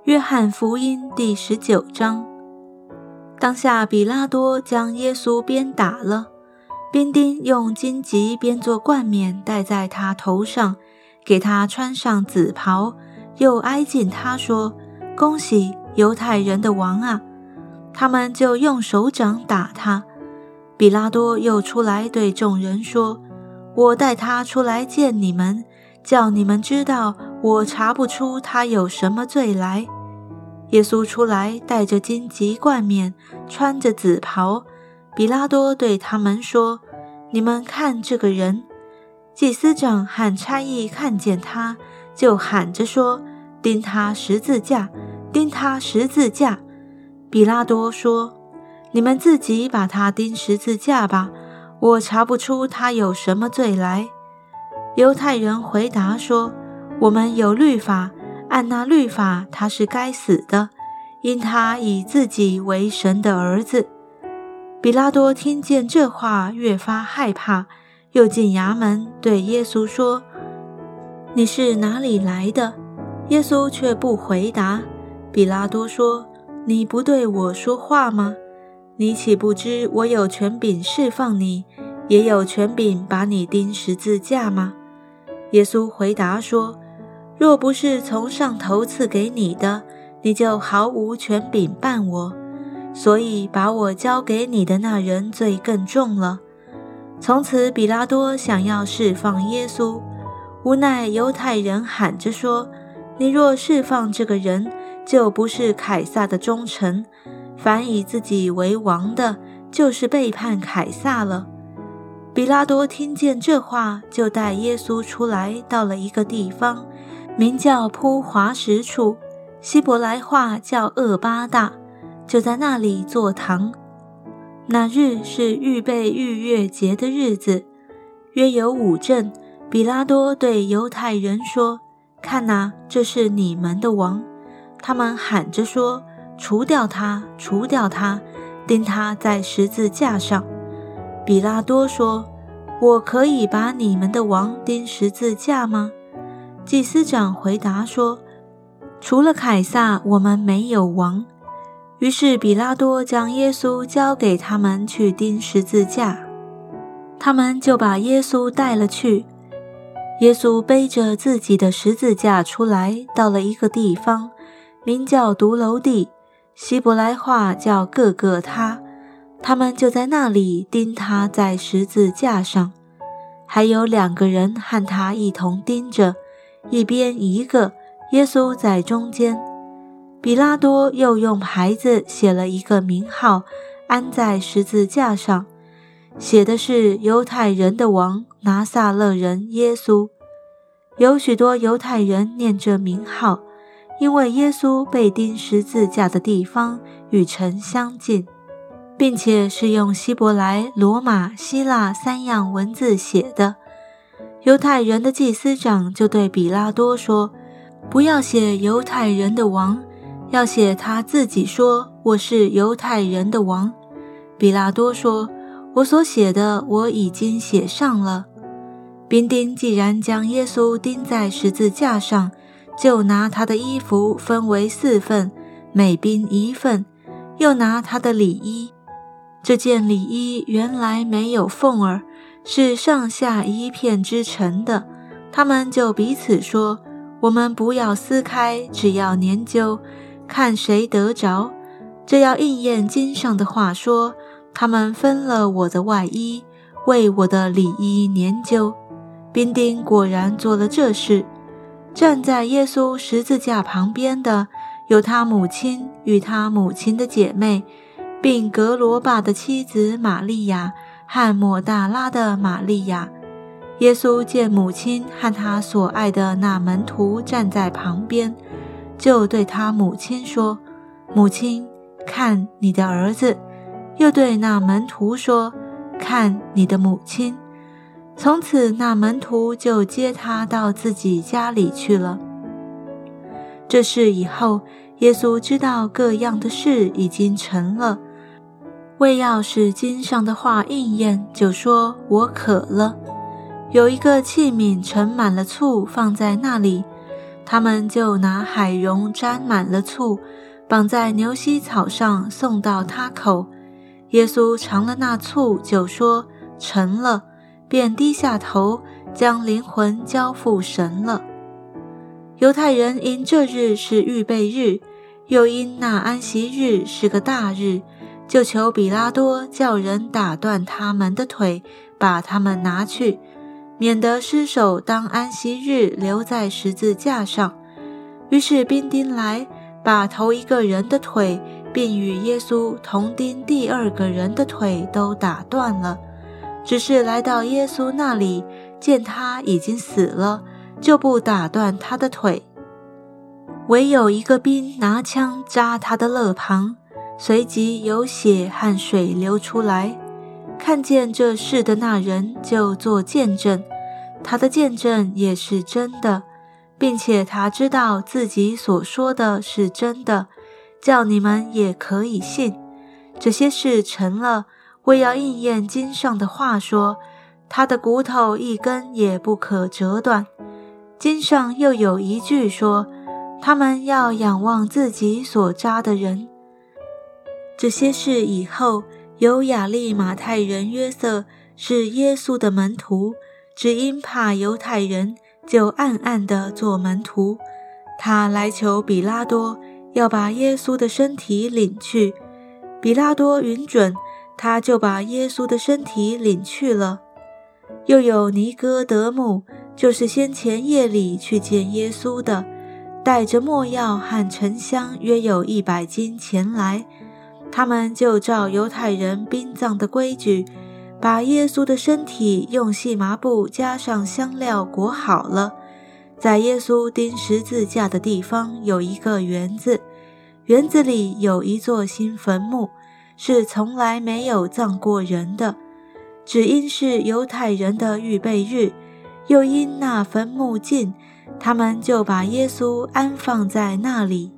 约翰福音第19章。当下比拉多将耶稣鞭打了，兵丁用荆棘编作冠冕戴在他头上，给他穿上紫袍，又挨近他说：恭喜犹太人的王啊！他们就用手掌打他。比拉多又出来对众人说：我带他出来见你们，叫你们知道我查不出他有什么罪来。耶稣出来，带着荆棘冠冕，穿着紫袍。比拉多对他们说：你们看这个人。祭司长和差役看见他，就喊着说：钉他十字架，钉他十字架。比拉多说：你们自己把他钉十字架吧，我查不出他有什么罪来。犹太人回答说：我们有律法，按那律法他是该死的，因他以自己为神的儿子。比拉多听见这话，越发害怕，又进衙门对耶稣说：你是哪里来的？耶稣却不回答。比拉多说：你不对我说话吗？你岂不知我有权柄释放你，也有权柄把你钉十字架吗？耶稣回答说：若不是从上头赐给你的，你就毫无权柄办我。所以把我交给你的那人罪更重了。从此比拉多想要释放耶稣，无奈犹太人喊着说：你若释放这个人，就不是凯撒的忠臣，凡以自己为王的，就是背叛凯撒了。比拉多听见这话，就带耶稣出来，到了一个地方，名叫铺华石处，希伯来话叫厄巴大，就在那里坐堂。那日是预备逾越节的日子，约有5正。比拉多对犹太人说：看哪，这是你们的王。他们喊着说：除掉他，除掉他，钉他在十字架上。比拉多说：我可以把你们的王钉十字架吗？祭司长回答说：除了凯撒，我们没有王。于是比拉多将耶稣交给他们去钉十字架，他们就把耶稣带了去。耶稣背着自己的十字架出来，到了一个地方，名叫独楼地，希伯来话叫各各他，他们就在那里钉他在十字架上。还有2个人和他一同钉着，一边一个，耶稣在中间。比拉多又用牌子写了一个名号，安在十字架上，写的是犹太人的王拿撒勒人耶稣。有许多犹太人念这名号，因为耶稣被钉十字架的地方与城相近，并且是用希伯来、罗马、希腊3样文字写的。犹太人的祭司长就对比拉多说：不要写犹太人的王，要写他自己说：我是犹太人的王。比拉多说：我所写的我已经写上了。兵丁既然将耶稣钉在十字架上，就拿他的衣服分为4份，每兵1份，又拿他的里衣。这件里衣原来没有缝儿，是上下一片织成的。他们就彼此说：我们不要撕开，只要研究，看谁得着。这要应验经上的话说：他们分了我的外衣，为我的里衣研究。兵丁果然做了这事。站在耶稣十字架旁边的有他母亲与他母亲的姐妹，并格罗巴的妻子玛利亚和抹大拉的玛利亚。耶稣见母亲和他所爱的那门徒站在旁边，就对他母亲说：母亲，看你的儿子。又对那门徒说：看你的母亲。从此那门徒就接他到自己家里去了。这事以后，耶稣知道各样的事已经成了，为要使经上的话应验，就说：我渴了。有一个器皿盛满了醋放在那里， 他们就拿海茸沾满了醋，绑在牛膝草上送到他口。耶稣尝了那醋，就说：成了，便低下头，将灵魂交付神了。犹太人因这日是预备日，又因那安息日是个大日，就求比拉多叫人打断他们的腿，把他们拿去，免得尸首当安息日留在十字架上。于是兵丁来，把头一个人的腿，并与耶稣同钉第二个人的腿都打断了。只是来到耶稣那里，见他已经死了，就不打断他的腿。唯有一个兵拿枪扎他的肋旁，随即有血和水流出来。看见这事的那人就做见证，他的见证也是真的，并且他知道自己所说的是真的，叫你们也可以信。这些事成了，为要应验经上的话说，他的骨头一根也不可折断。经上又有一句说，他们要仰望自己所扎的人。这些事以后，有亚利马太人约瑟是耶稣的门徒，只因怕犹太人，就暗暗地做门徒。他来求比拉多，要把耶稣的身体领去。比拉多允准，他就把耶稣的身体领去了。又有尼哥德慕，就是先前夜里去见耶稣的，带着没药和沉香约有100斤前来。他们就照犹太人殡葬的规矩，把耶稣的身体用细麻布加上香料裹好了。在耶稣钉十字架的地方有一个园子，园子里有一座新坟墓，是从来没有葬过人的。只因是犹太人的预备日，又因那坟墓近，他们就把耶稣安放在那里。